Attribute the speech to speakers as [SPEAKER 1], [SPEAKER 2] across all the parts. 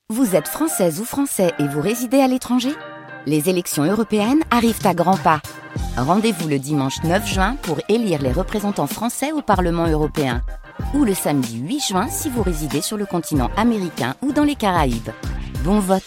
[SPEAKER 1] Vous êtes française ou français et vous résidez à l'étranger ? Les élections européennes arrivent à grands pas. Rendez-vous le dimanche 9 juin pour élire les représentants français au Parlement européen. Ou le samedi 8 juin si vous résidez sur le continent américain ou dans les Caraïbes. Bon vote!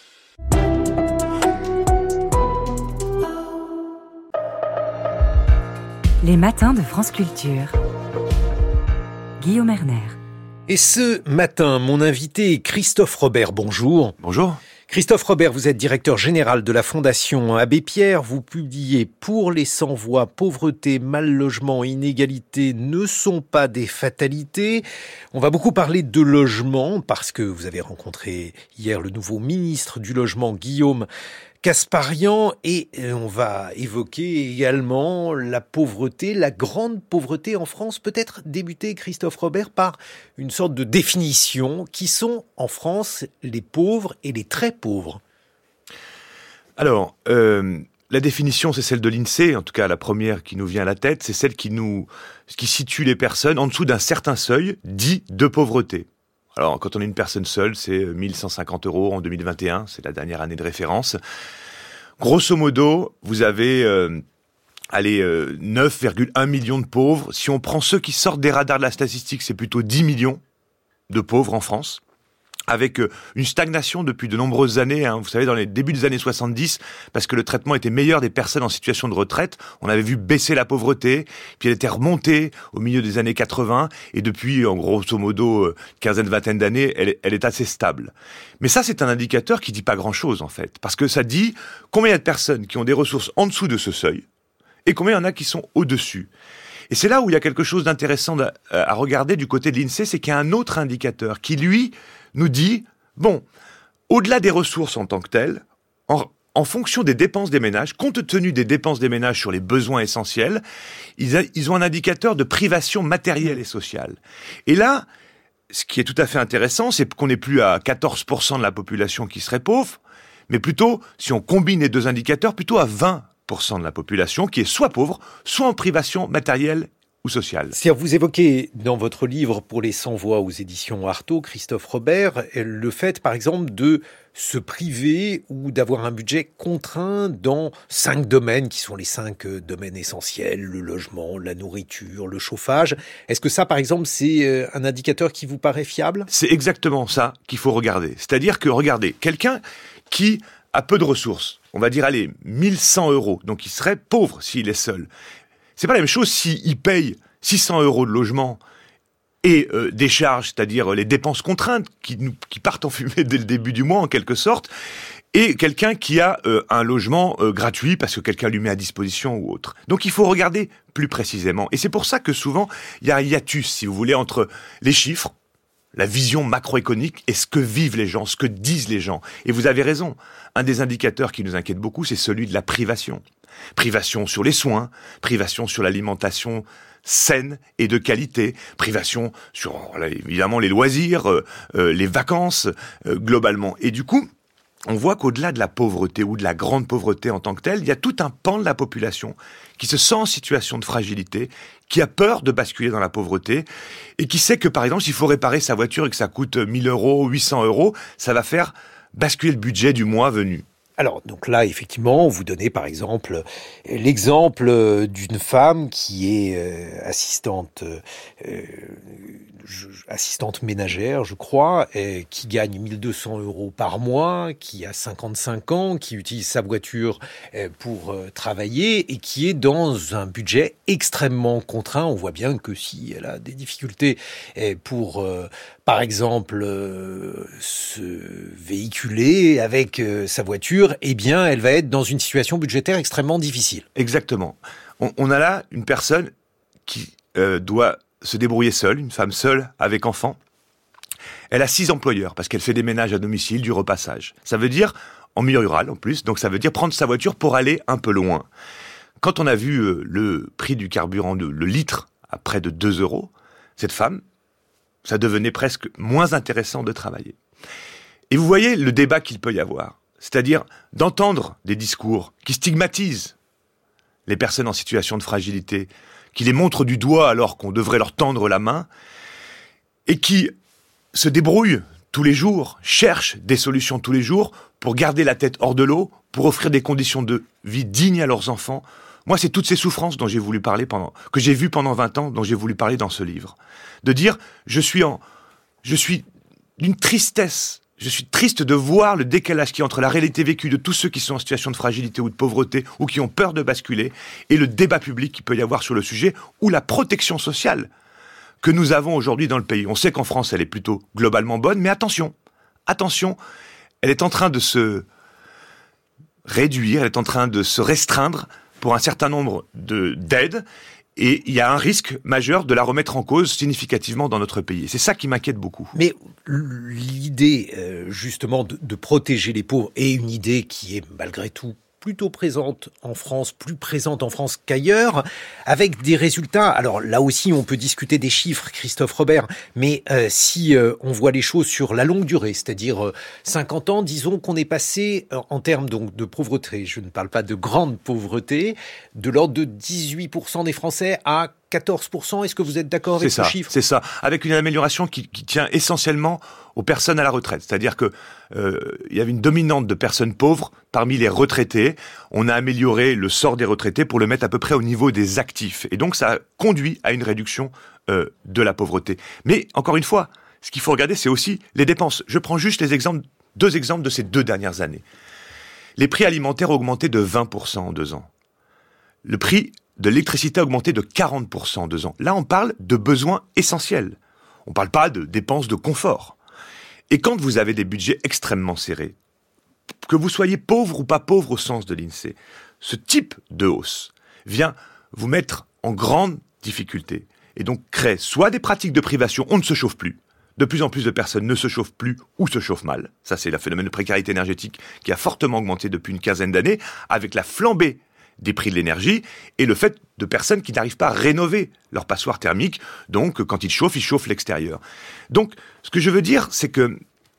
[SPEAKER 2] Les matins de France Culture. Guillaume Erner.
[SPEAKER 3] Et ce matin, mon invité est Christophe Robert. Bonjour.
[SPEAKER 4] Bonjour.
[SPEAKER 3] Christophe Robert, vous êtes directeur général de la Fondation Abbé Pierre. Vous publiez Pour les sans-voix, pauvreté, mal-logement, inégalité ne sont pas des fatalités. On va beaucoup parler de logement parce que vous avez rencontré hier le nouveau ministre du Logement, Guillaume Kasbarian, et on va évoquer également la pauvreté, la grande pauvreté en France. Peut-être débuter, Christophe Robert, par une sorte de définition. Qui sont en France les pauvres et les très pauvres ?
[SPEAKER 4] Alors, la définition, c'est celle de l'INSEE, en tout cas la première qui nous vient à la tête, c'est celle qui situe les personnes en dessous d'un certain seuil dit de pauvreté. Alors, quand on est une personne seule, c'est 1 150 € en 2021, c'est la dernière année de référence. Grosso modo, vous avez 9,1 millions de pauvres. Si on prend ceux qui sortent des radars de la statistique, c'est plutôt 10 millions de pauvres en France, avec une stagnation depuis de nombreuses années. Vous savez, dans les débuts des années 70, parce que le traitement était meilleur des personnes en situation de retraite, on avait vu baisser la pauvreté, puis elle était remontée au milieu des années 80, et depuis, en grosso modo, quinzaine, vingtaine d'années, elle est assez stable. Mais ça, c'est un indicateur qui dit pas grand-chose, en fait, parce que ça dit combien il y a de personnes qui ont des ressources en dessous de ce seuil, et combien il y en a qui sont au-dessus. Et c'est là où il y a quelque chose d'intéressant à regarder du côté de l'INSEE, c'est qu'il y a un autre indicateur qui, lui, nous dit, bon, au-delà des ressources en tant que telles, en fonction des dépenses des ménages, compte tenu des dépenses des ménages sur les besoins essentiels, ils ont un indicateur de privation matérielle et sociale. Et là, ce qui est tout à fait intéressant, c'est qu'on n'est plus à 14% de la population qui serait pauvre, mais plutôt, si on combine les deux indicateurs, plutôt à 20% de la population qui est soit pauvre, soit en privation matérielle ou sociale.
[SPEAKER 3] C'est-à-dire, vous évoquez dans votre livre Pour les sans-voix aux éditions Artaud, Christophe Robert, le fait, par exemple, de se priver ou d'avoir un budget contraint dans 5 domaines qui sont les 5 domaines essentiels, le logement, la nourriture, le chauffage. Est-ce que ça, par exemple, c'est un indicateur qui vous paraît fiable ?
[SPEAKER 4] C'est exactement ça qu'il faut regarder. C'est-à-dire que, regardez, quelqu'un qui a peu de ressources, on va dire, allez, 1 100 €, donc il serait pauvre s'il est seul. C'est pas la même chose s'il paye 600 € de logement et des charges, c'est-à-dire les dépenses contraintes qui partent en fumée dès le début du mois en quelque sorte, et quelqu'un qui a un logement gratuit parce que quelqu'un lui met à disposition ou autre. Donc il faut regarder plus précisément. Et c'est pour ça que souvent il y a un hiatus, si vous voulez, entre les chiffres, la vision macroéconomique et ce que vivent les gens, ce que disent les gens. Et vous avez raison, un des indicateurs qui nous inquiète beaucoup, c'est celui de la privation. Privation sur les soins, privation sur l'alimentation saine et de qualité, privation sur évidemment les loisirs, les vacances, globalement. Et du coup, on voit qu'au-delà de la pauvreté ou de la grande pauvreté en tant que telle, il y a tout un pan de la population qui se sent en situation de fragilité, qui a peur de basculer dans la pauvreté et qui sait que, par exemple, s'il faut réparer sa voiture et que ça coûte 1 000 €, 800 €, ça va faire basculer le budget du mois venu.
[SPEAKER 3] Alors, donc là, effectivement, vous donnez par exemple l'exemple d'une femme qui est assistante ménagère, je crois, et qui gagne 1 200 € par mois, qui a 55 ans, qui utilise sa voiture pour travailler et qui est dans un budget extrêmement contraint. On voit bien que si elle a des difficultés pour, par exemple, se véhiculer avec sa voiture, eh bien, elle va être dans une situation budgétaire extrêmement difficile.
[SPEAKER 4] Exactement. On a là une personne qui doit se débrouiller seule, une femme seule avec enfant. Elle a 6 employeurs parce qu'elle fait des ménages à domicile, du repassage. Ça veut dire, en milieu rural en plus, donc ça veut dire prendre sa voiture pour aller un peu loin. Quand on a vu le prix du carburant, le litre, à près de 2 €, cette femme, ça devenait presque moins intéressant de travailler. Et vous voyez le débat qu'il peut y avoir. C'est-à-dire d'entendre des discours qui stigmatisent les personnes en situation de fragilité, qui les montrent du doigt alors qu'on devrait leur tendre la main, et qui se débrouillent tous les jours, cherchent des solutions tous les jours pour garder la tête hors de l'eau, pour offrir des conditions de vie dignes à leurs enfants. Moi, c'est toutes ces souffrances dont j'ai voulu parler que j'ai vues pendant 20 ans, dont j'ai voulu parler dans ce livre. De dire, je suis d'une tristesse. Je suis triste de voir le décalage qui est entre la réalité vécue de tous ceux qui sont en situation de fragilité ou de pauvreté ou qui ont peur de basculer et le débat public qu'il peut y avoir sur le sujet ou la protection sociale que nous avons aujourd'hui dans le pays. On sait qu'en France, elle est plutôt globalement bonne, mais attention, elle est en train de se réduire, elle est en train de se restreindre pour un certain nombre d'aides. Et il y a un risque majeur de la remettre en cause significativement dans notre pays. C'est ça qui m'inquiète beaucoup.
[SPEAKER 3] Mais l'idée, justement, de protéger les pauvres est une idée qui est, malgré tout, plutôt présente en France, plus présente en France qu'ailleurs, avec des résultats. Alors là aussi, on peut discuter des chiffres, Christophe Robert, mais si on voit les choses sur la longue durée, c'est-à-dire 50 ans, disons qu'on est passé, en termes donc de pauvreté, je ne parle pas de grande pauvreté, de l'ordre de 18% des Français à 14%. Est-ce que vous êtes d'accord avec ce chiffre ?
[SPEAKER 4] C'est ça, avec une amélioration qui tient essentiellement aux personnes à la retraite. C'est-à-dire que il y avait une dominante de personnes pauvres parmi les retraités. On a amélioré le sort des retraités pour le mettre à peu près au niveau des actifs. Et donc ça a conduit à une réduction de la pauvreté. Mais encore une fois, ce qu'il faut regarder, c'est aussi les dépenses. Je prends juste deux exemples de ces 2 dernières années. Les prix alimentaires ont augmenté de 20% en 2 ans. Le prix de l'électricité a augmenté de 40% en 2 ans. Là, on parle de besoins essentiels. On ne parle pas de dépenses de confort. Et quand vous avez des budgets extrêmement serrés, que vous soyez pauvre ou pas pauvre au sens de l'INSEE, ce type de hausse vient vous mettre en grande difficulté et donc crée soit des pratiques de privation, on ne se chauffe plus. De plus en plus de personnes ne se chauffent plus ou se chauffent mal. Ça, c'est le phénomène de précarité énergétique qui a fortement augmenté depuis une quinzaine d'années, avec la flambée des prix de l'énergie et le fait de personnes qui n'arrivent pas à rénover leur passoire thermique. Donc, quand ils chauffent l'extérieur. Donc, ce que je veux dire, c'est que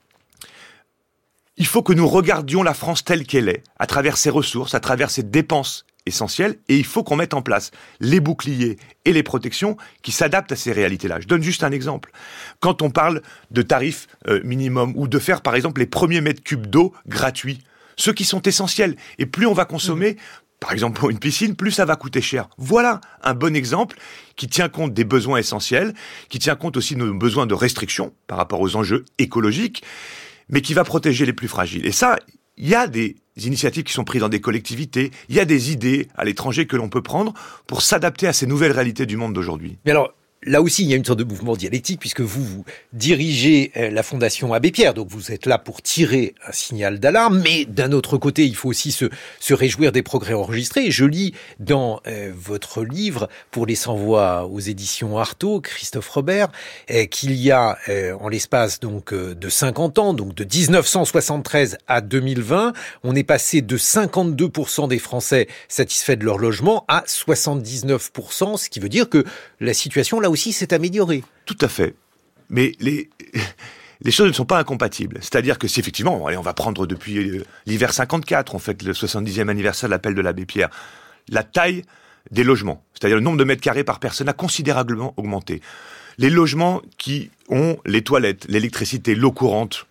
[SPEAKER 4] il faut que nous regardions la France telle qu'elle est, à travers ses ressources, à travers ses dépenses essentielles, et il faut qu'on mette en place les boucliers et les protections qui s'adaptent à ces réalités-là. Je donne juste un exemple. Quand on parle de tarifs minimum, ou de faire, par exemple, les premiers mètres cubes d'eau gratuits, ceux qui sont essentiels, et plus on va consommer, par exemple, pour une piscine, plus ça va coûter cher. Voilà un bon exemple qui tient compte des besoins essentiels, qui tient compte aussi de nos besoins de restriction par rapport aux enjeux écologiques, mais qui va protéger les plus fragiles. Et ça, il y a des initiatives qui sont prises dans des collectivités, il y a des idées à l'étranger que l'on peut prendre pour s'adapter à ces nouvelles réalités du monde d'aujourd'hui.
[SPEAKER 3] Mais alors, là aussi, il y a une sorte de mouvement dialectique puisque vous dirigez la Fondation Abbé Pierre, donc vous êtes là pour tirer un signal d'alarme, mais d'un autre côté, il faut aussi se réjouir des progrès enregistrés. Je lis dans votre livre pour les sans-voix aux éditions Artaud, Christophe Robert, qu'il y a en l'espace donc de 50 ans, donc de 1973 à 2020, on est passé de 52% des Français satisfaits de leur logement à 79%, ce qui veut dire que la situation là aussi s'est améliorée.
[SPEAKER 4] Tout à fait. Mais les choses ne sont pas incompatibles. C'est-à-dire que si effectivement, on va prendre depuis l'hiver 54, on fête le 70e anniversaire de l'appel de l'Abbé Pierre, la taille des logements, c'est-à-dire le nombre de mètres carrés par personne a considérablement augmenté. Les logements qui ont les toilettes, l'électricité, l'eau courante,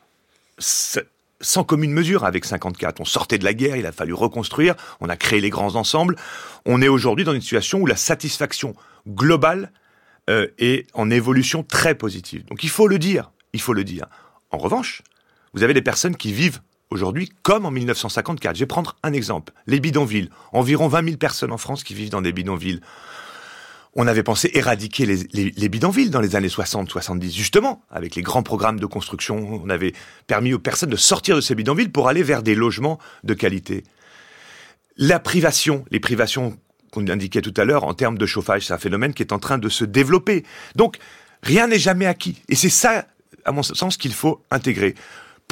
[SPEAKER 4] sans commune mesure avec 54. On sortait de la guerre, il a fallu reconstruire, on a créé les grands ensembles. On est aujourd'hui dans une situation où la satisfaction globale est en évolution très positive. Donc il faut le dire. En revanche, vous avez des personnes qui vivent aujourd'hui comme en 1954. Je vais prendre un exemple. Les bidonvilles. Environ 20 000 personnes en France qui vivent dans des bidonvilles. On avait pensé éradiquer les bidonvilles dans les années 60-70, justement, avec les grands programmes de construction. On avait permis aux personnes de sortir de ces bidonvilles pour aller vers des logements de qualité. Les privations qu'on indiquait tout à l'heure, en termes de chauffage, c'est un phénomène qui est en train de se développer. Donc, rien n'est jamais acquis. Et c'est ça, à mon sens, qu'il faut intégrer. Pourquoi ?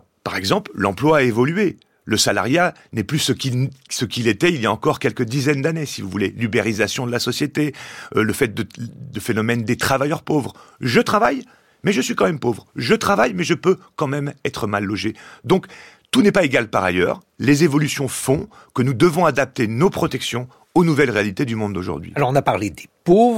[SPEAKER 4] Par exemple, l'emploi a évolué. Le salariat n'est plus ce qu'il était il y a encore quelques dizaines d'années, si vous voulez. L'ubérisation de la société, le fait de phénomène des travailleurs pauvres. Je travaille, mais je suis quand même pauvre. Je travaille, mais je peux quand même être mal logé. Donc, tout n'est pas égal par ailleurs. Les évolutions font que nous devons adapter nos protections aux nouvelles réalités du monde d'aujourd'hui.
[SPEAKER 3] Alors on a parlé des pauvres,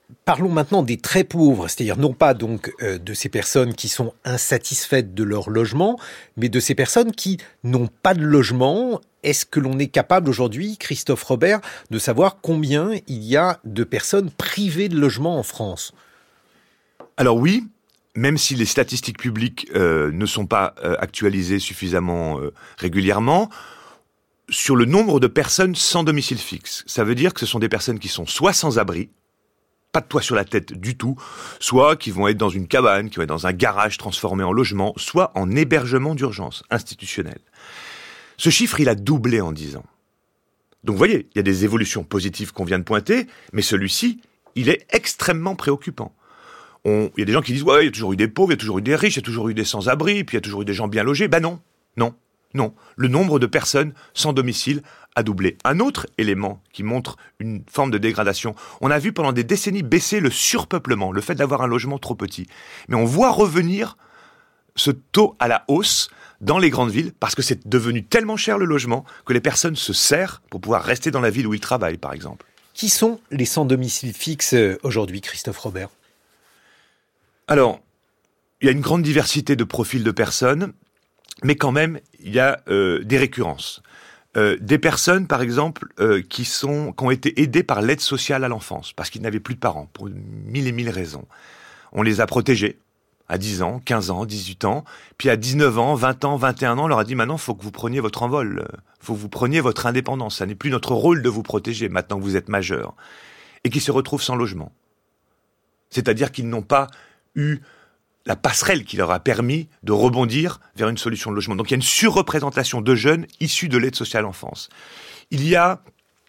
[SPEAKER 3] Parlons maintenant des très pauvres, c'est-à-dire non pas donc de ces personnes qui sont insatisfaites de leur logement, mais de ces personnes qui n'ont pas de logement. Est-ce que l'on est capable aujourd'hui, Christophe Robert, de savoir combien il y a de personnes privées de logement en France ?
[SPEAKER 4] Alors oui, même si les statistiques publiques ne sont pas actualisées suffisamment régulièrement, sur le nombre de personnes sans domicile fixe, ça veut dire que ce sont des personnes qui sont soit sans abri, pas de toit sur la tête du tout, soit qui vont être dans une cabane, qui vont être dans un garage transformé en logement, soit en hébergement d'urgence institutionnel. Ce chiffre, il a doublé en 10 ans. Donc vous voyez, il y a des évolutions positives qu'on vient de pointer, mais celui-ci, il est extrêmement préoccupant. Il y a des gens qui disent « ouais, il y a toujours eu des pauvres, il y a toujours eu des riches, il y a toujours eu des sans-abri, puis il y a toujours eu des gens bien logés ». Ben non, non, non. Le nombre de personnes sans domicile a doublé. Un autre élément qui montre une forme de dégradation, on a vu pendant des décennies baisser le surpeuplement, le fait d'avoir un logement trop petit. Mais on voit revenir ce taux à la hausse dans les grandes villes, parce que c'est devenu tellement cher le logement que les personnes se serrent pour pouvoir rester dans la ville où ils travaillent, par exemple.
[SPEAKER 3] Qui sont les sans domicile fixe aujourd'hui, Christophe Robert ?
[SPEAKER 4] Alors, il y a une grande diversité de profils de personnes, mais quand même, il y a des récurrences. Des personnes, par exemple, qui ont été aidées par l'aide sociale à l'enfance, parce qu'ils n'avaient plus de parents, pour 1000 et 1000 raisons. On les a protégés à 10 ans, 15 ans, 18 ans, puis à 19 ans, 20 ans, 21 ans, on leur a dit maintenant, il faut que vous preniez votre envol, faut que vous preniez votre indépendance, ça n'est plus notre rôle de vous protéger maintenant que vous êtes majeur, et qui se retrouvent sans logement. C'est-à-dire qu'ils n'ont pas eu la passerelle qui leur a permis de rebondir vers une solution de logement. Donc il y a une surreprésentation de jeunes issus de l'aide sociale à l'enfance. Il y a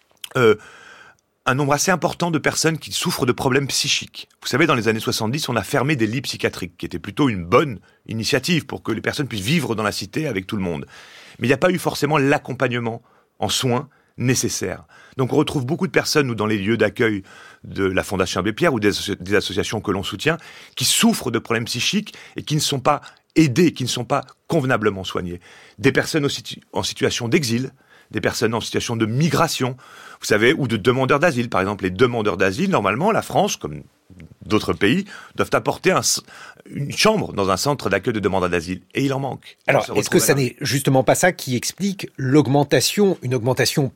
[SPEAKER 4] un nombre assez important de personnes qui souffrent de problèmes psychiques. Vous savez, dans les années 70, on a fermé des lits psychiatriques, qui était plutôt une bonne initiative pour que les personnes puissent vivre dans la cité avec tout le monde. Mais il n'y a pas eu forcément l'accompagnement en soins nécessaire. Donc on retrouve beaucoup de personnes, nous, dans les lieux d'accueil de la Fondation Abbé Pierre ou des associations que l'on soutient, qui souffrent de problèmes psychiques et qui ne sont pas aidées, qui ne sont pas convenablement soignées. Des personnes en situation d'exil, des personnes en situation de migration, vous savez, ou de demandeurs d'asile. Par exemple, les demandeurs d'asile, normalement, la France, comme d'autres pays, doivent apporter une chambre dans un centre d'accueil de demandeurs d'asile. Et il en manque.
[SPEAKER 3] Alors, est-ce que ça n'est justement pas ça qui explique une augmentation perceptible ?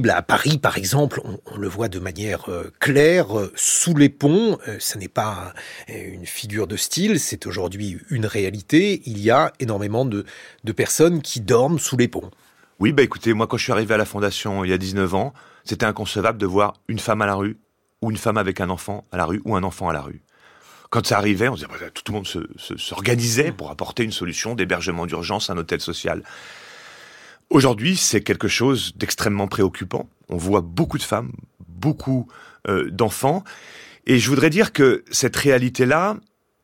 [SPEAKER 3] À Paris, par exemple, on le voit de manière claire, sous les ponts, ça n'est pas une figure de style, c'est aujourd'hui une réalité. Il y a énormément de personnes qui dorment sous les ponts.
[SPEAKER 4] Oui, écoutez, moi, quand je suis arrivé à la Fondation il y a 19 ans, c'était inconcevable de voir une femme à la rue, ou une femme avec un enfant à la rue, ou un enfant à la rue. Quand ça arrivait, on disait, tout le monde s'organisait pour apporter une solution d'hébergement d'urgence, un hôtel social. Aujourd'hui, c'est quelque chose d'extrêmement préoccupant. On voit beaucoup de femmes, beaucoup d'enfants. Et je voudrais dire que cette réalité-là,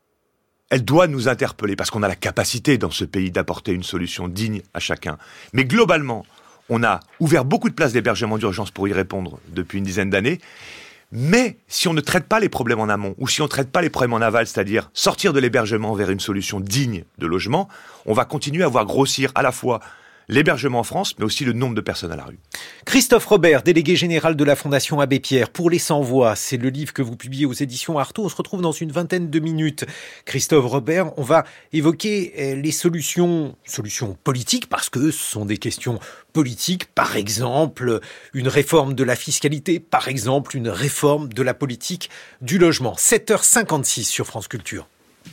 [SPEAKER 4] elle doit nous interpeller, parce qu'on a la capacité dans ce pays d'apporter une solution digne à chacun. Mais globalement, on a ouvert beaucoup de places d'hébergement d'urgence pour y répondre depuis une dizaine d'années. Mais si on ne traite pas les problèmes en amont, ou si on ne traite pas les problèmes en aval, c'est-à-dire sortir de l'hébergement vers une solution digne de logement, on va continuer à voir grossir à la fois l'hébergement en France, mais aussi le nombre de personnes à la rue.
[SPEAKER 3] Christophe Robert, délégué général de la Fondation Abbé Pierre, Pour les sans-voix, c'est le livre que vous publiez aux éditions Artaud. On se retrouve dans une vingtaine de minutes. Christophe Robert, on va évoquer les solutions politiques, parce que ce sont des questions politiques, par exemple une réforme de la fiscalité, par exemple une réforme de la politique du logement. 7h56 sur France Culture.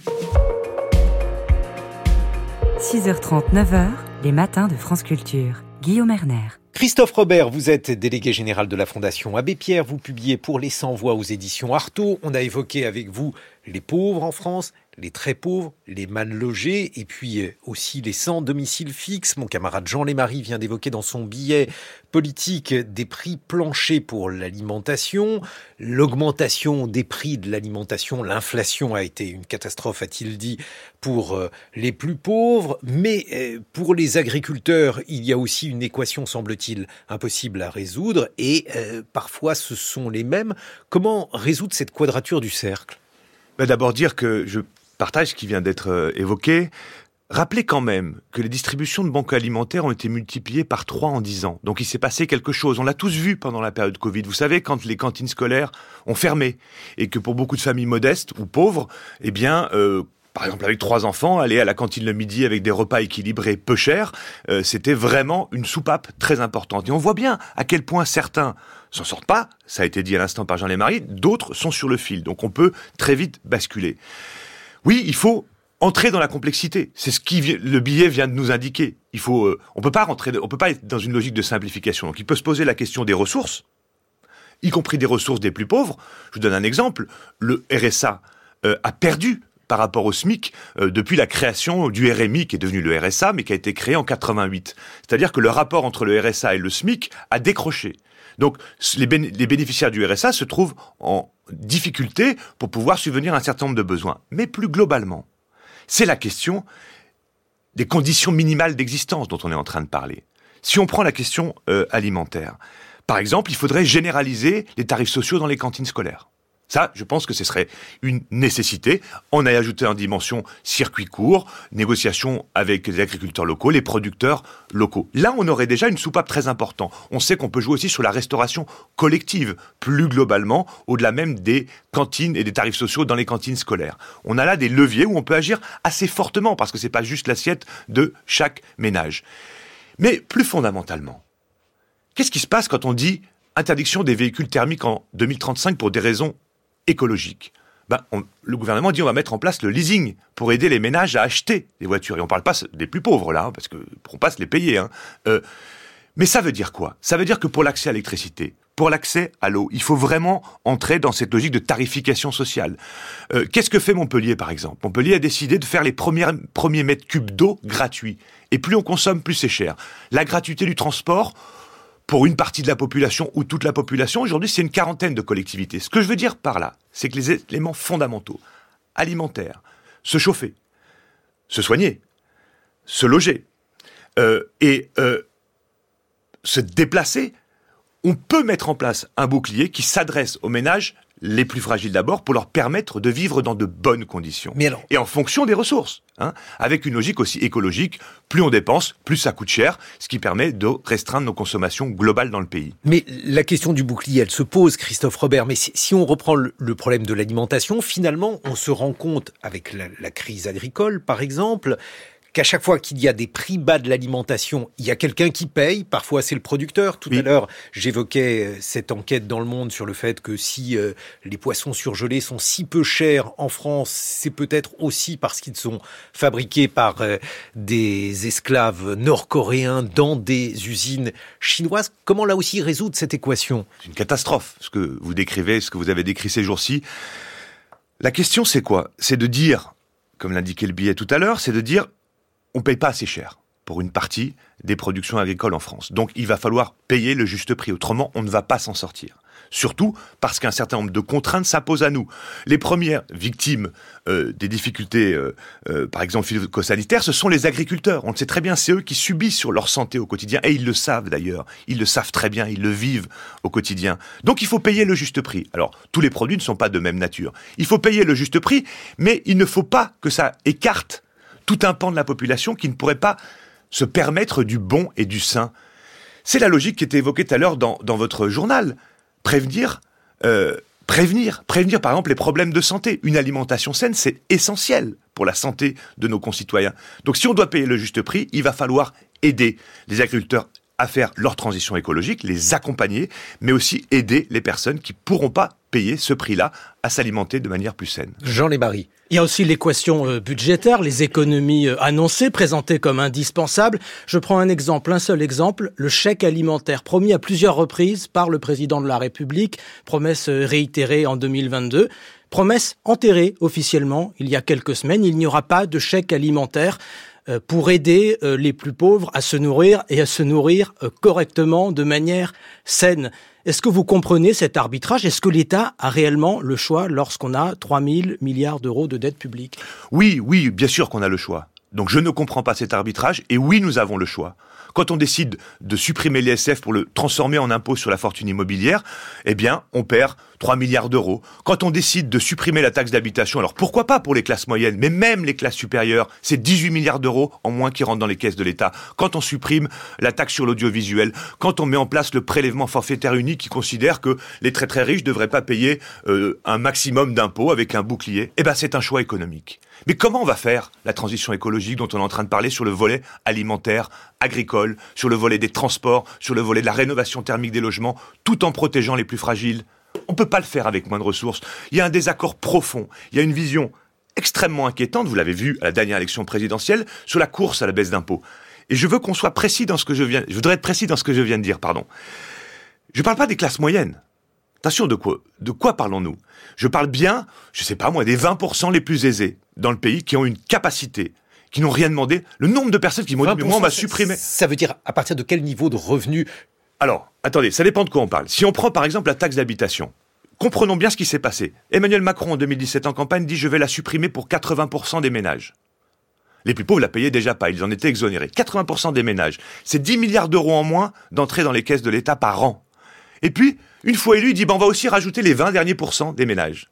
[SPEAKER 2] 6h30, 9h, les matins de France Culture. Guillaume Erner.
[SPEAKER 3] Christophe Robert, vous êtes délégué général de la Fondation Abbé Pierre. Vous publiez Pour les sans-voix aux éditions Artaud. On a évoqué avec vous les pauvres en France, les très pauvres, les mal logés et puis aussi les sans domicile fixe. Mon camarade Jean Lémarie vient d'évoquer dans son billet politique des prix planchers pour l'alimentation. L'augmentation des prix de l'alimentation, l'inflation a été une catastrophe, a-t-il dit, pour les plus pauvres. Mais pour les agriculteurs, il y a aussi une équation, semble-t-il, impossible à résoudre. Et parfois, ce sont les mêmes. Comment résoudre cette quadrature du cercle ?
[SPEAKER 4] D'abord dire que je partage ce qui vient d'être évoqué. Rappelez quand même que les distributions de banques alimentaires ont été multipliées par 3 en 10 ans. Donc il s'est passé quelque chose. On l'a tous vu pendant la période Covid. Vous savez, quand les cantines scolaires ont fermé et que pour beaucoup de familles modestes ou pauvres, eh bien, par exemple avec 3 enfants, aller à la cantine le midi avec des repas équilibrés peu chers, c'était vraiment une soupape très importante. Et on voit bien à quel point certains s'en sortent pas, ça a été dit à l'instant par Jean Lémarie, d'autres sont sur le fil. Donc on peut très vite basculer. Oui, il faut entrer dans la complexité. C'est ce qui le billet vient de nous indiquer. On peut pas être dans une logique de simplification. Donc il peut se poser la question des ressources, y compris des ressources des plus pauvres. Je vous donne un exemple. Le RSA a perdu par rapport au SMIC depuis la création du RMI, qui est devenu le RSA, mais qui a été créé en 88. C'est-à-dire que le rapport entre le RSA et le SMIC a décroché. Donc les bénéficiaires du RSA se trouvent en difficulté pour pouvoir subvenir à un certain nombre de besoins. Mais plus globalement, c'est la question des conditions minimales d'existence dont on est en train de parler. Si on prend la question alimentaire, par exemple, il faudrait généraliser les tarifs sociaux dans les cantines scolaires. Ça, je pense que ce serait une nécessité. On a ajouté en dimension circuit court, négociation avec les agriculteurs locaux, les producteurs locaux. Là, on aurait déjà une soupape très importante. On sait qu'on peut jouer aussi sur la restauration collective, plus globalement, au-delà même des cantines et des tarifs sociaux dans les cantines scolaires. On a là des leviers où on peut agir assez fortement, parce que c'est pas juste l'assiette de chaque ménage. Mais plus fondamentalement, qu'est-ce qui se passe quand on dit interdiction des véhicules thermiques en 2035 pour des raisons écologique? Le gouvernement dit on va mettre en place le leasing pour aider les ménages à acheter des voitures. Et on ne parle pas des plus pauvres là, parce qu'ils ne pourront pas se les payer. Mais ça veut dire quoi? Ça veut dire que pour l'accès à l'électricité, pour l'accès à l'eau, il faut vraiment entrer dans cette logique de tarification sociale. Qu'est-ce que fait Montpellier, par exemple? Montpellier a décidé de faire les premiers mètres cubes d'eau gratuits. Et plus on consomme, plus c'est cher. La gratuité du transport, pour une partie de la population ou toute la population, aujourd'hui, c'est une quarantaine de collectivités. Ce que je veux dire par là, c'est que les éléments fondamentaux, alimentaires, se chauffer, se soigner, se loger et se déplacer, on peut mettre en place un bouclier qui s'adresse aux ménages les plus fragiles d'abord, pour leur permettre de vivre dans de bonnes conditions. Et en fonction des ressources, avec une logique aussi écologique, plus on dépense, plus ça coûte cher, ce qui permet de restreindre nos consommations globales dans le pays.
[SPEAKER 3] Mais la question du bouclier, elle se pose, Christophe Robert, mais si on reprend le problème de l'alimentation, finalement, on se rend compte, avec la crise agricole, par exemple, qu'à chaque fois qu'il y a des prix bas de l'alimentation, il y a quelqu'un qui paye. Parfois, c'est le producteur. Tout à l'heure, j'évoquais cette enquête dans Le Monde sur le fait que si les poissons surgelés sont si peu chers en France, c'est peut-être aussi parce qu'ils sont fabriqués par des esclaves nord-coréens dans des usines chinoises. Comment là aussi résoudre cette équation?
[SPEAKER 4] C'est une catastrophe, ce que vous décrivez, ce que vous avez décrit ces jours-ci. La question, c'est quoi? C'est de dire, comme l'indiquait le billet tout à l'heure, c'est de dire on ne paye pas assez cher pour une partie des productions agricoles en France. Donc il va falloir payer le juste prix, autrement on ne va pas s'en sortir. Surtout parce qu'un certain nombre de contraintes s'imposent à nous. Les premières victimes des difficultés, par exemple phytosanitaires, ce sont les agriculteurs. On le sait très bien, c'est eux qui subissent sur leur santé au quotidien, et ils le savent d'ailleurs. Ils le savent très bien, ils le vivent au quotidien. Donc il faut payer le juste prix. Alors, tous les produits ne sont pas de même nature. Il faut payer le juste prix, mais il ne faut pas que ça écarte tout un pan de la population qui ne pourrait pas se permettre du bon et du sain. C'est la logique qui était évoquée tout à l'heure dans votre journal. Prévenir par exemple les problèmes de santé. Une alimentation saine, c'est essentiel pour la santé de nos concitoyens. Donc si on doit payer le juste prix, il va falloir aider les agriculteurs à faire leur transition écologique, les accompagner, mais aussi aider les personnes qui ne pourront pas payer ce prix-là à s'alimenter de manière plus saine.
[SPEAKER 3] Jean Lémarie.
[SPEAKER 5] Il y a aussi l'équation budgétaire, les économies annoncées, présentées comme indispensables. Je prends un seul exemple, le chèque alimentaire promis à plusieurs reprises par le président de la République, promesse réitérée en 2022. Promesse enterrée officiellement il y a quelques semaines, il n'y aura pas de chèque alimentaire pour aider les plus pauvres à se nourrir et à se nourrir correctement, de manière saine. Est-ce que vous comprenez cet arbitrage? Est-ce que l'État a réellement le choix lorsqu'on a 3 000 milliards d'euros de dette publique?
[SPEAKER 4] Oui, bien sûr qu'on a le choix. Donc je ne comprends pas cet arbitrage, et oui, nous avons le choix. Quand on décide de supprimer l'ISF pour le transformer en impôt sur la fortune immobilière, eh bien, on perd 3 milliards d'euros. Quand on décide de supprimer la taxe d'habitation, alors pourquoi pas pour les classes moyennes, mais même les classes supérieures, c'est 18 milliards d'euros en moins qui rentrent dans les caisses de l'État. Quand on supprime la taxe sur l'audiovisuel, quand on met en place le prélèvement forfaitaire unique qui considère que les très très riches ne devraient pas payer un maximum d'impôts avec un bouclier, eh ben c'est un choix économique. Mais comment on va faire la transition écologique dont on est en train de parler sur le volet alimentaire, agricole, sur le volet des transports, sur le volet de la rénovation thermique des logements, tout en protégeant les plus fragiles? On ne peut pas le faire avec moins de ressources. Il y a un désaccord profond. Il y a une vision extrêmement inquiétante, vous l'avez vu à la dernière élection présidentielle, sur la course à la baisse d'impôts. Et je veux qu'on soit précis dans ce que je voudrais être précis dans ce que je viens de dire, pardon. Je ne parle pas des classes moyennes. Attention, de quoi parlons-nous? Je parle bien, je sais pas moi, des 20% les plus aisés dans le pays qui ont une capacité, qui n'ont rien demandé. Le nombre de personnes qui m'ont dit, mais moi on va supprimer.
[SPEAKER 3] Ça veut dire à partir de quel niveau de revenu?
[SPEAKER 4] Alors, attendez, ça dépend de quoi on parle. Si on prend par exemple la taxe d'habitation, comprenons bien ce qui s'est passé. Emmanuel Macron en 2017 en campagne dit, je vais la supprimer pour 80% des ménages. Les plus pauvres la payaient déjà pas, ils en étaient exonérés. 80% des ménages. C'est 10 milliards d'euros en moins d'entrée dans les caisses de l'État par an. Et puis, une fois élu, il dit, on va aussi rajouter les 20 derniers pourcents des ménages.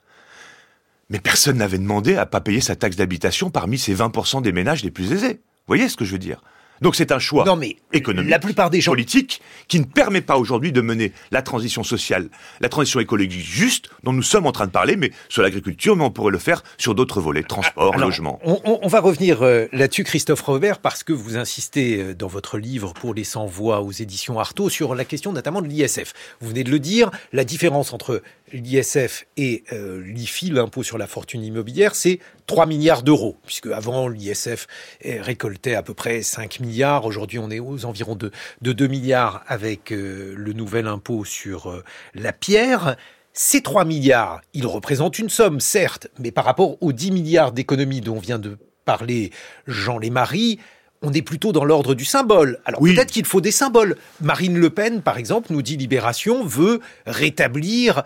[SPEAKER 4] Mais personne n'avait demandé à pas payer sa taxe d'habitation parmi ces 20% des ménages les plus aisés. Vous voyez ce que je veux dire? Donc c'est un choix économique,
[SPEAKER 3] la plupart des gens...
[SPEAKER 4] politique, qui ne permet pas aujourd'hui de mener la transition sociale, la transition écologique juste, dont nous sommes en train de parler, mais sur l'agriculture, mais on pourrait le faire sur d'autres volets, transport, logement.
[SPEAKER 3] On va revenir là-dessus, Christophe Robert, parce que vous insistez dans votre livre Pour les sans-voix aux éditions Artaud sur la question notamment de l'ISF. Vous venez de le dire, la différence entre l'ISF et l'IFI, l'impôt sur la fortune immobilière, c'est 3 milliards d'euros, puisque avant l'ISF récoltait à peu près 5 milliards. Aujourd'hui, on est aux environs de 2 milliards avec le nouvel impôt sur la pierre. Ces 3 milliards, ils représentent une somme, certes, mais par rapport aux 10 milliards d'économies dont vient de parler Jean Lémarie, on est plutôt dans l'ordre du symbole. Alors peut-être qu'il faut des symboles. Marine Le Pen, par exemple, nous dit Libération, veut rétablir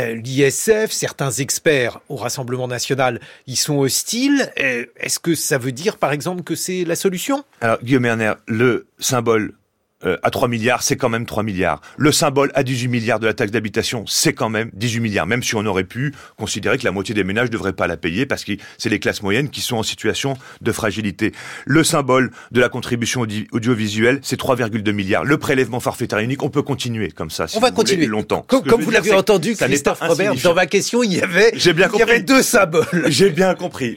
[SPEAKER 3] l'ISF. Certains experts au Rassemblement national y sont hostiles. Est-ce que ça veut dire, par exemple, que c'est la solution?
[SPEAKER 4] Alors, Guillaume Erner, le symbole à 3 milliards, c'est quand même 3 milliards. Le symbole à 18 milliards de la taxe d'habitation, c'est quand même 18 milliards. Même si on aurait pu considérer que la moitié des ménages ne devraient pas la payer parce que c'est les classes moyennes qui sont en situation de fragilité. Le symbole de la contribution audiovisuelle, c'est 3,2 milliards. Le prélèvement forfaitaire unique, on peut continuer comme ça. Si
[SPEAKER 3] on va continuer
[SPEAKER 4] longtemps.
[SPEAKER 3] Comme vous l'avez entendu, Christophe Robert, dans ma question, il y avait 2 symboles.
[SPEAKER 4] J'ai bien compris.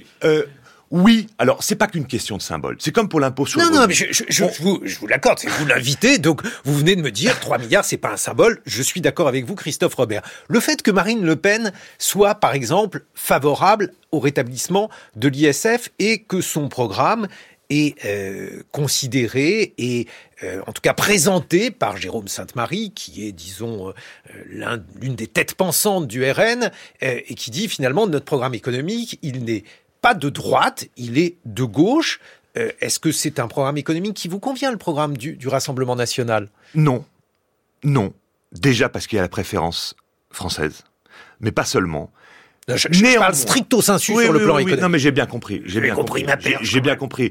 [SPEAKER 4] Oui, alors c'est pas qu'une question de symbole. C'est comme pour l'impôt sur le revenu.
[SPEAKER 3] Non, mais je vous l'accorde, c'est vous l'invitez, donc vous venez de me dire 3 milliards, c'est pas un symbole. Je suis d'accord avec vous, Christophe Robert. Le fait que Marine Le Pen soit, par exemple, favorable au rétablissement de l'ISF et que son programme est considéré et en tout cas présenté par Jérôme Sainte-Marie, qui est, disons, l'une des têtes pensantes du RN, et qui dit finalement notre programme économique, il n'est pas de droite, il est de gauche. Est-ce que c'est un programme économique qui vous convient, le programme du Rassemblement national?
[SPEAKER 4] Non. Déjà parce qu'il y a la préférence française, mais pas seulement.
[SPEAKER 3] Je parle stricto sensu sur le plan économique.
[SPEAKER 4] Non, mais j'ai bien compris. J'ai bien compris.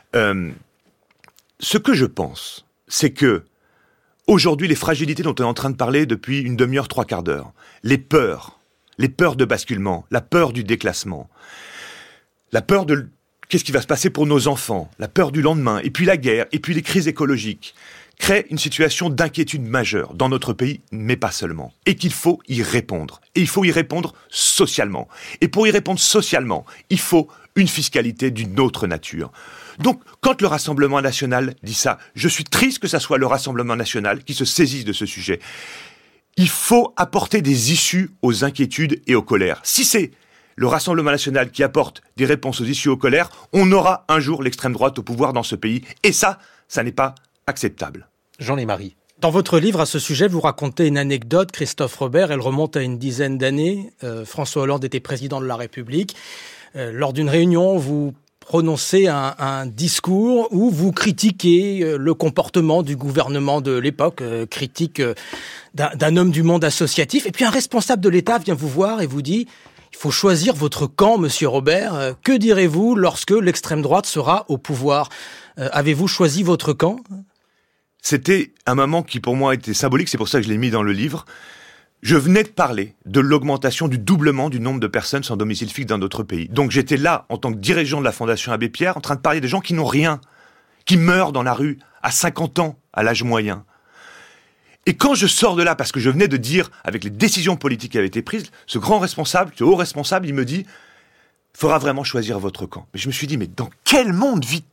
[SPEAKER 4] Ce que je pense, c'est que aujourd'hui, les fragilités dont on est en train de parler depuis une demi-heure, 3/4 d'heure, les peurs de basculement, la peur du déclassement, la peur de qu'est-ce qui va se passer pour nos enfants, la peur du lendemain, et puis la guerre, et puis les crises écologiques, créent une situation d'inquiétude majeure dans notre pays, mais pas seulement. Et qu'il faut y répondre. Et il faut y répondre socialement. Et pour y répondre socialement, il faut une fiscalité d'une autre nature. Donc, quand le Rassemblement national dit ça, je suis triste que ça soit le Rassemblement national qui se saisisse de ce sujet. Il faut apporter des issues aux inquiétudes et aux colères. Si c'est le Rassemblement national qui apporte des réponses aux issues aux colères, on aura un jour l'extrême droite au pouvoir dans ce pays. Et ça n'est pas acceptable.
[SPEAKER 3] Jean Lémarie.
[SPEAKER 5] Dans votre livre, à ce sujet, vous racontez une anecdote, Christophe Robert, elle remonte à une dizaine d'années. François Hollande était président de la République. Lors d'une réunion, vous prononcez un discours où vous critiquez le comportement du gouvernement de l'époque, critique d'un homme du monde associatif. Et puis un responsable de l'État vient vous voir et vous dit... Il faut choisir votre camp, monsieur Robert. Que direz-vous lorsque l'extrême droite sera au pouvoir ? Avez-vous choisi votre camp ?
[SPEAKER 4] C'était un moment qui pour moi était symbolique, c'est pour ça que je l'ai mis dans le livre. Je venais de parler de l'augmentation du doublement du nombre de personnes sans domicile fixe dans notre pays. Donc j'étais là, en tant que dirigeant de la Fondation Abbé Pierre, en train de parler des gens qui n'ont rien, qui meurent dans la rue à 50 ans, à l'âge moyen. Et quand je sors de là, parce que je venais de dire, avec les décisions politiques qui avaient été prises, ce grand responsable, ce haut responsable, il me dit, il faudra vraiment choisir votre camp. Mais je me suis dit, mais dans quel monde vit-on ?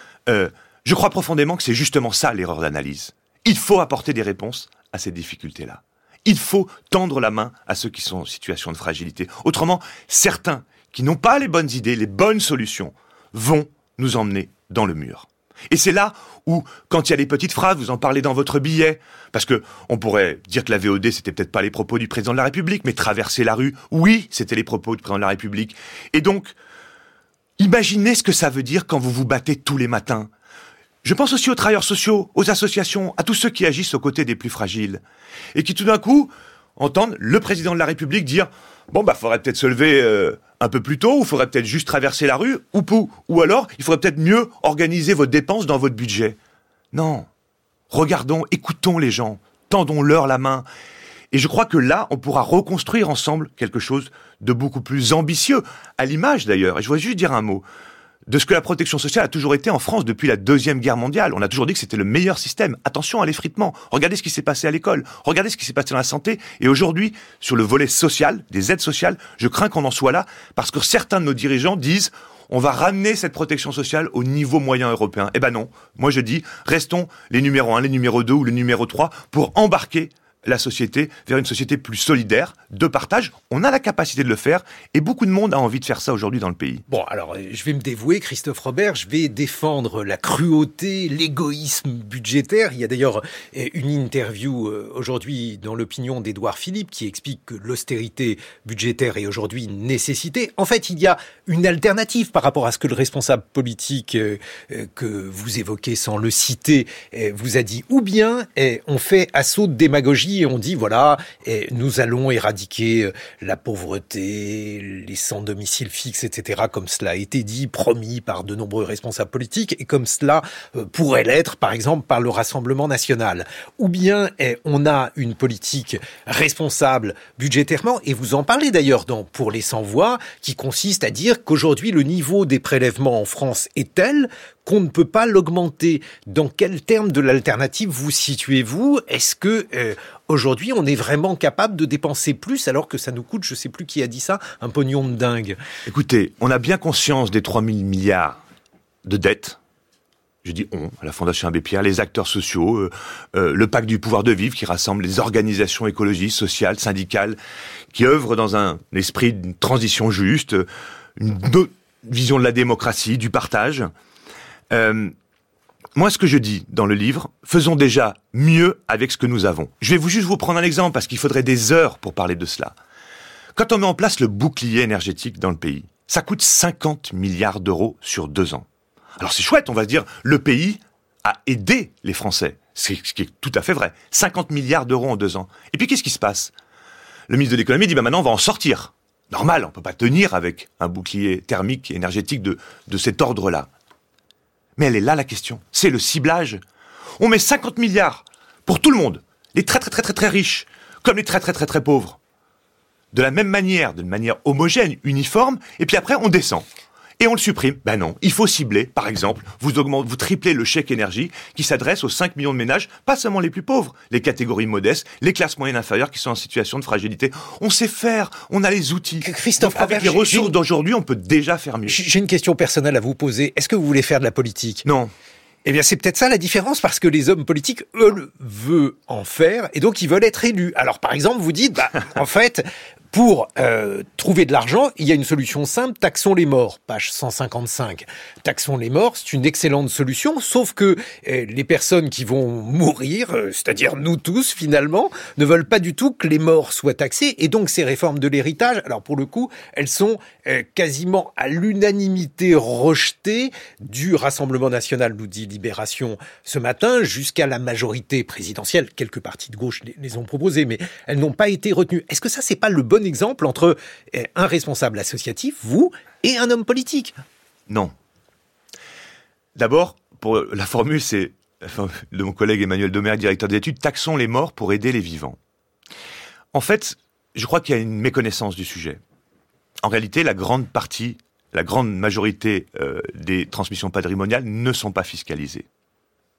[SPEAKER 4] Je crois profondément que c'est justement ça l'erreur d'analyse. Il faut apporter des réponses à ces difficultés-là. Il faut tendre la main à ceux qui sont en situation de fragilité. Autrement, certains qui n'ont pas les bonnes idées, les bonnes solutions, vont nous emmener dans le mur. Et c'est là où, quand il y a des petites phrases, vous en parlez dans votre billet, parce que on pourrait dire que la VOD, c'était peut-être pas les propos du président de la République, mais traverser la rue, oui, c'était les propos du président de la République. Et donc, imaginez ce que ça veut dire quand vous vous battez tous les matins. Je pense aussi aux travailleurs sociaux, aux associations, à tous ceux qui agissent aux côtés des plus fragiles. Et qui tout d'un coup entendent le président de la République dire « Bon, faudrait peut-être se lever un peu plus tôt, ou faudrait peut-être juste traverser la rue, ou alors il faudrait peut-être mieux organiser vos dépenses dans votre budget. » Non. Regardons, écoutons les gens, tendons-leur la main. Et je crois que là, on pourra reconstruire ensemble quelque chose de beaucoup plus ambitieux, à l'image d'ailleurs. Et je voudrais juste dire un mot de ce que la protection sociale a toujours été en France depuis la Deuxième Guerre mondiale. On a toujours dit que c'était le meilleur système. Attention à l'effritement. Regardez ce qui s'est passé à l'école. Regardez ce qui s'est passé dans la santé. Et aujourd'hui, sur le volet social, des aides sociales, je crains qu'on en soit là parce que certains de nos dirigeants disent on va ramener cette protection sociale au niveau moyen européen. Eh ben non. Moi, je dis restons les numéros 1, les numéros 2 ou les numéros 3 pour embarquer la société vers une société plus solidaire, de partage. On a la capacité de le faire et beaucoup de monde a envie de faire ça aujourd'hui dans le pays.
[SPEAKER 3] Bon, alors, je vais me dévouer, Christophe Robert, je vais défendre la cruauté, l'égoïsme budgétaire. Il y a d'ailleurs une interview aujourd'hui dans l'opinion d'Édouard Philippe qui explique que l'austérité budgétaire est aujourd'hui une nécessité. En fait, il y a une alternative par rapport à ce que le responsable politique que vous évoquez sans le citer vous a dit. Ou bien on fait assaut de démagogie et on dit, voilà, nous allons éradiquer la pauvreté, les sans domicile fixe, etc., comme cela a été dit, promis par de nombreux responsables politiques, et comme cela pourrait l'être, par exemple, par le Rassemblement national. Ou bien on a une politique responsable budgétairement, et vous en parlez d'ailleurs pour les sans-voix, qui consiste à dire qu'aujourd'hui, le niveau des prélèvements en France est tel qu'on ne peut pas l'augmenter. Dans quel terme de l'alternative vous situez-vous ? Est-ce que aujourd'hui on est vraiment capable de dépenser plus alors que ça nous coûte, je ne sais plus qui a dit ça, un pognon de dingue ?
[SPEAKER 4] Écoutez, on a bien conscience des 3 000 milliards de dettes. Je dis on, à la Fondation Abbé Pierre, les acteurs sociaux, le pacte du pouvoir de vivre qui rassemble les organisations écologistes, sociales, syndicales, qui œuvrent dans un esprit d'une transition juste, une vision de la démocratie, du partage. Moi, ce que je dis dans le livre, faisons déjà mieux avec ce que nous avons. Je vais juste vous prendre un exemple, parce qu'il faudrait des heures pour parler de cela. Quand on met en place le bouclier énergétique dans le pays, ça coûte 50 milliards d'euros sur 2 ans. Alors c'est chouette, on va se dire, le pays a aidé les Français, ce qui est tout à fait vrai. 50 milliards d'euros en 2 ans. Et puis qu'est-ce qui se passe ? Le ministre de l'économie dit, maintenant on va en sortir. Normal, on ne peut pas tenir avec un bouclier thermique et énergétique de cet ordre-là. Mais elle est là la question, c'est le ciblage. On met 50 milliards pour tout le monde, les très très très très très riches, comme les très très très très pauvres. De la même manière, d'une manière homogène, uniforme, et puis après on descend. Et on le supprime. Ben non, il faut cibler, par exemple, vous triplez le chèque énergie qui s'adresse aux 5 millions de ménages, pas seulement les plus pauvres, les catégories modestes, les classes moyennes inférieures qui sont en situation de fragilité. On sait faire, on a les outils.
[SPEAKER 3] Christophe
[SPEAKER 4] Donc, avec les ressources d'aujourd'hui, on peut déjà faire mieux.
[SPEAKER 3] J'ai une question personnelle à vous poser. Est-ce que vous voulez faire de la politique ?
[SPEAKER 4] Non.
[SPEAKER 3] Eh bien, c'est peut-être ça la différence, parce que les hommes politiques, eux, veulent en faire, et donc ils veulent être élus. Alors, par exemple, vous dites, en fait, pour trouver de l'argent, il y a une solution simple, taxons les morts, page 155. Taxons les morts, c'est une excellente solution, sauf que les personnes qui vont mourir, c'est-à-dire nous tous finalement, ne veulent pas du tout que les morts soient taxés, et donc ces réformes de l'héritage, alors pour le coup, elles sont quasiment à l'unanimité rejetées du Rassemblement national, nous dit Libération ce matin, jusqu'à la majorité présidentielle. Quelques partis de gauche les ont proposées, mais elles n'ont pas été retenues. Est-ce que ça, c'est pas le bon exemple entre un responsable associatif, vous, et un homme politique.
[SPEAKER 4] Non. D'abord, pour la formule, c'est de mon collègue Emmanuel Domer, directeur des études, taxons les morts pour aider les vivants. En fait, je crois qu'il y a une méconnaissance du sujet. En réalité, la grande majorité des transmissions patrimoniales ne sont pas fiscalisées. D'accord ?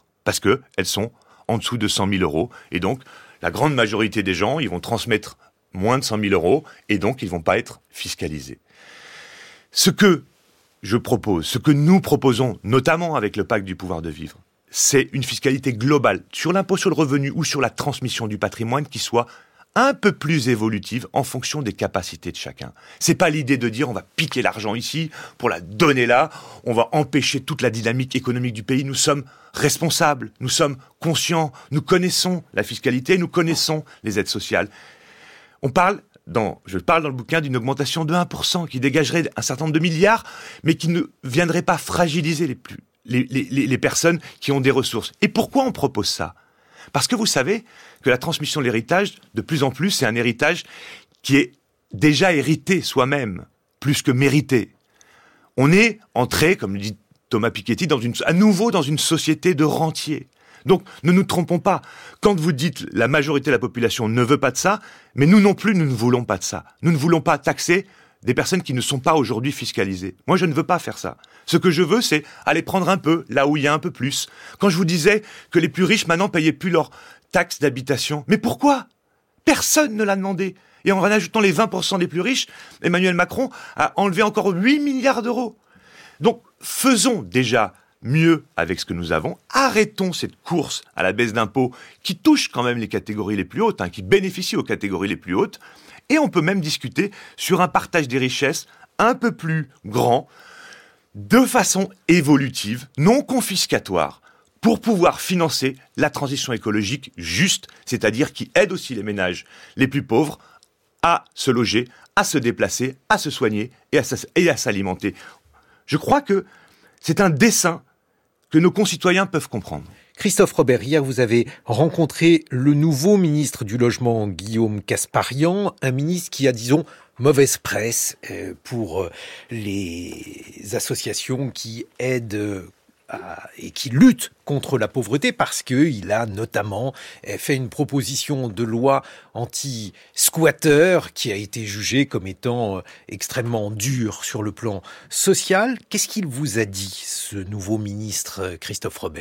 [SPEAKER 4] Parce qu'elles sont en dessous de 100 000 euros. Et donc, la grande majorité des gens, ils vont transmettre moins de 100 000 euros et donc ils ne vont pas être fiscalisés. Ce que je propose, ce que nous proposons, notamment avec le pacte du pouvoir de vivre, c'est une fiscalité globale sur l'impôt sur le revenu ou sur la transmission du patrimoine qui soit un peu plus évolutive en fonction des capacités de chacun. C'est pas l'idée de dire on va piquer l'argent ici pour la donner là, on va empêcher toute la dynamique économique du pays. Nous sommes responsables, nous sommes conscients, nous connaissons la fiscalité, nous connaissons les aides sociales. Je parle dans le bouquin d'une augmentation de 1% qui dégagerait un certain nombre de milliards, mais qui ne viendrait pas fragiliser les personnes qui ont des ressources. Et pourquoi on propose ça ? Parce que vous savez que la transmission de l'héritage, de plus en plus, c'est un héritage qui est déjà hérité soi-même, plus que mérité. On est entré, comme le dit Thomas Piketty, à nouveau dans une société de rentiers. Donc, ne nous trompons pas. Quand vous dites la majorité de la population ne veut pas de ça, mais nous non plus, nous ne voulons pas de ça. Nous ne voulons pas taxer des personnes qui ne sont pas aujourd'hui fiscalisées. Moi, je ne veux pas faire ça. Ce que je veux, c'est aller prendre un peu là où il y a un peu plus. Quand je vous disais que les plus riches, maintenant, payaient plus leur taxe d'habitation. Mais pourquoi ? Personne ne l'a demandé. Et en ajoutant les 20% des plus riches, Emmanuel Macron a enlevé encore 8 milliards d'euros. Donc, faisons déjà mieux avec ce que nous avons. Arrêtons cette course à la baisse d'impôts qui touche quand même les catégories les plus hautes, qui bénéficie aux catégories les plus hautes. Et on peut même discuter sur un partage des richesses un peu plus grand, de façon évolutive, non confiscatoire, pour pouvoir financer la transition écologique juste, c'est-à-dire qui aide aussi les ménages les plus pauvres à se loger, à se déplacer, à se soigner et à s'alimenter. Je crois que c'est un dessein que nos concitoyens peuvent comprendre.
[SPEAKER 3] Christophe Robert, hier vous avez rencontré le nouveau ministre du Logement, Guillaume Kasbarian, un ministre qui a, disons, mauvaise presse pour les associations qui aident et qui luttent contre la pauvreté parce qu'il a notamment fait une proposition de loi anti-squatter qui a été jugée comme étant extrêmement dure sur le plan social. Qu'est-ce qu'il vous a dit, ce nouveau ministre Christophe Robert ?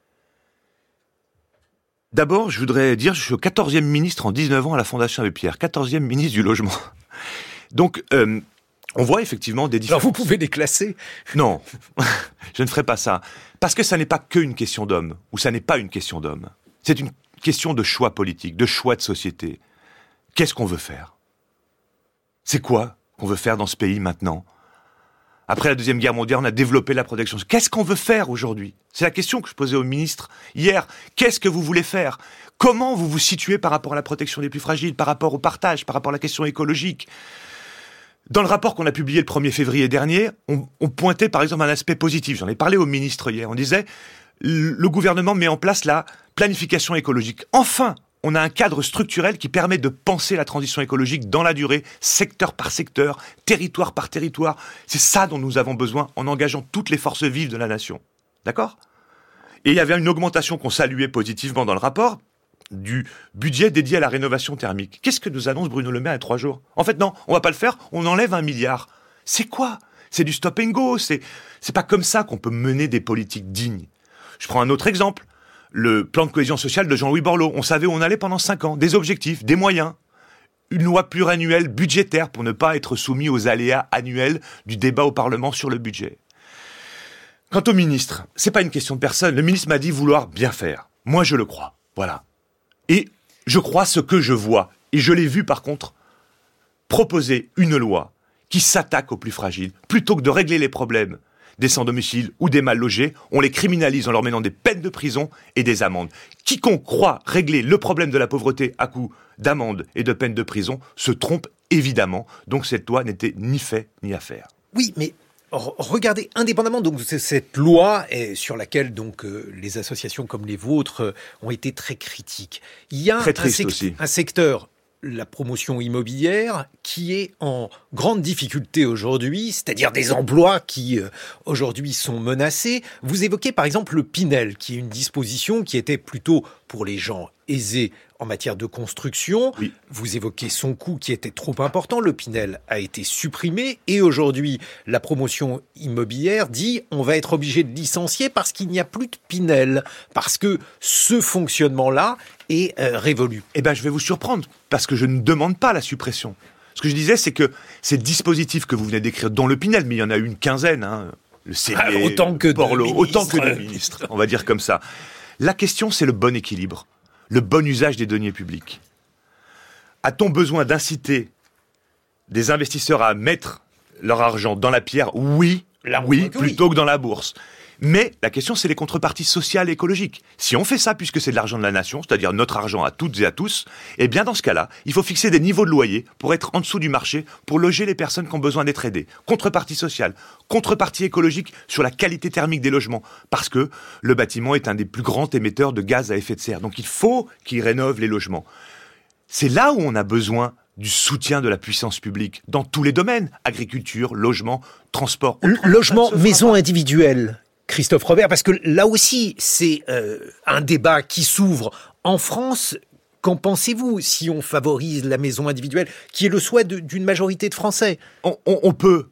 [SPEAKER 4] D'abord, je voudrais dire, je suis au 14e ministre en 19 ans à la Fondation Abbé Pierre, 14e ministre du Logement. Donc, on voit effectivement des différences.
[SPEAKER 3] Alors vous pouvez les classer ?
[SPEAKER 4] Non, je ne ferai pas ça. Parce que ça n'est pas qu'une question d'homme, ou ça n'est pas une question d'homme. C'est une question de choix politique, de choix de société. Qu'est-ce qu'on veut faire ? C'est quoi qu'on veut faire dans ce pays maintenant ? Après la Deuxième Guerre mondiale, on a développé la protection. Qu'est-ce qu'on veut faire aujourd'hui ? C'est la question que je posais au ministre hier. Qu'est-ce que vous voulez faire ? Comment vous vous situez par rapport à la protection des plus fragiles, par rapport au partage, par rapport à la question écologique ? Dans le rapport qu'on a publié le 1er février dernier, on pointait par exemple un aspect positif. J'en ai parlé au ministre hier. On disait, le gouvernement met en place la planification écologique. Enfin, on a un cadre structurel qui permet de penser la transition écologique dans la durée, secteur par secteur, territoire par territoire. C'est ça dont nous avons besoin en engageant toutes les forces vives de la nation. D'accord ? Et il y avait une augmentation qu'on saluait positivement dans le rapport du budget dédié à la rénovation thermique. Qu'est-ce que nous annonce Bruno Le Maire il y a 3 jours ? En fait, non, on va pas le faire, on enlève 1 milliard. C'est quoi ? C'est du stop and go, c'est pas comme ça qu'on peut mener des politiques dignes. Je prends un autre exemple. Le plan de cohésion sociale de Jean-Louis Borloo. On savait où on allait pendant 5 ans. Des objectifs, des moyens. Une loi pluriannuelle budgétaire pour ne pas être soumis aux aléas annuels du débat au Parlement sur le budget. Quant au ministre, c'est pas une question de personne. Le ministre m'a dit vouloir bien faire. Moi, je le crois. Voilà. Et je crois ce que je vois. Et je l'ai vu, par contre, proposer une loi qui s'attaque aux plus fragiles. Plutôt que de régler les problèmes des sans-domicile ou des mal-logés, on les criminalise en leur menant des peines de prison et des amendes. Quiconque croit régler le problème de la pauvreté à coup d'amendes et de peines de prison se trompe évidemment. Donc cette loi n'était ni fait ni à faire.
[SPEAKER 3] Oui, mais regardez, indépendamment donc de cette loi sur laquelle donc les associations comme les vôtres ont été très critiques, il y a un secteur la promotion immobilière qui est en grande difficulté aujourd'hui, c'est-à-dire des emplois qui aujourd'hui sont menacés. Vous évoquez par exemple le Pinel, qui est une disposition qui était plutôt pour les gens aisés en matière de construction.
[SPEAKER 4] Oui.
[SPEAKER 3] Vous évoquez son coût qui était trop important. Le Pinel a été supprimé et aujourd'hui, la promotion immobilière dit on va être obligé de licencier parce qu'il n'y a plus de Pinel, parce que ce fonctionnement-là est révolu.
[SPEAKER 4] Eh bien, je vais vous surprendre, parce que je ne demande pas la suppression. Ce que je disais, c'est que ces dispositifs que vous venez d'écrire, dont le Pinel, mais il y en a eu une quinzaine, le Cellier,
[SPEAKER 3] autant que
[SPEAKER 4] de ministres, on va dire comme ça. La question, c'est le bon équilibre, le bon usage des deniers publics. A-t-on besoin d'inciter des investisseurs à mettre leur argent dans la pierre ? Oui, plutôt que dans la bourse. Mais la question, c'est les contreparties sociales et écologiques. Si on fait ça, puisque c'est de l'argent de la nation, c'est-à-dire notre argent à toutes et à tous, eh bien dans ce cas-là, il faut fixer des niveaux de loyer pour être en dessous du marché, pour loger les personnes qui ont besoin d'être aidées. Contrepartie sociale, contrepartie écologique sur la qualité thermique des logements, parce que le bâtiment est un des plus grands émetteurs de gaz à effet de serre. Donc il faut qu'il rénove les logements. C'est là où on a besoin du soutien de la puissance publique, dans tous les domaines, agriculture, logement, transport.
[SPEAKER 3] Logement, maison individuelle. Christophe Robert, parce que là aussi, c'est un débat qui s'ouvre en France. Qu'en pensez-vous si on favorise la maison individuelle, qui est le souhait d'une majorité de Français ?
[SPEAKER 4] On peut.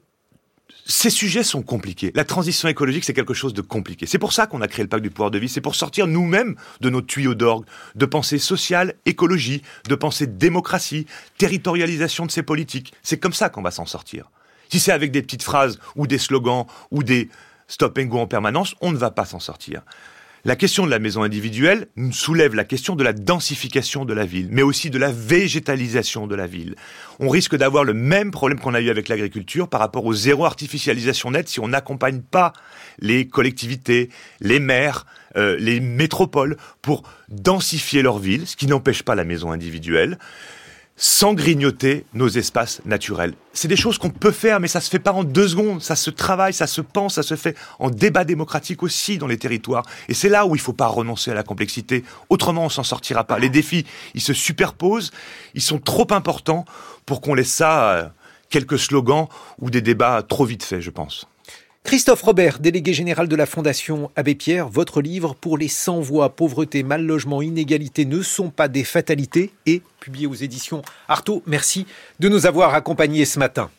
[SPEAKER 4] Ces sujets sont compliqués. La transition écologique, c'est quelque chose de compliqué. C'est pour ça qu'on a créé le pacte du pouvoir de vie. C'est pour sortir nous-mêmes de nos tuyaux d'orgue, de pensée sociale, écologie, de pensée démocratie, territorialisation de ces politiques. C'est comme ça qu'on va s'en sortir. Si c'est avec des petites phrases ou des slogans ou des stop and go en permanence, on ne va pas s'en sortir. La question de la maison individuelle nous soulève la question de la densification de la ville, mais aussi de la végétalisation de la ville. On risque d'avoir le même problème qu'on a eu avec l'agriculture par rapport au zéro artificialisation nette si on n'accompagne pas les collectivités, les maires, les métropoles pour densifier leur ville, ce qui n'empêche pas la maison individuelle, sans grignoter nos espaces naturels. C'est des choses qu'on peut faire, mais ça se fait pas en 2 secondes. Ça se travaille, ça se pense, ça se fait en débat démocratique aussi dans les territoires. Et c'est là où il faut pas renoncer à la complexité. Autrement, on s'en sortira pas. Les défis, ils se superposent. Ils sont trop importants pour qu'on laisse ça quelques slogans ou des débats trop vite faits, je pense.
[SPEAKER 3] Christophe Robert, délégué général de la Fondation Abbé Pierre, votre livre « Pour les sans-voix, pauvreté, mal logement, inégalité ne sont pas des fatalités » est publié aux éditions Artaud. Merci de nous avoir accompagnés ce matin.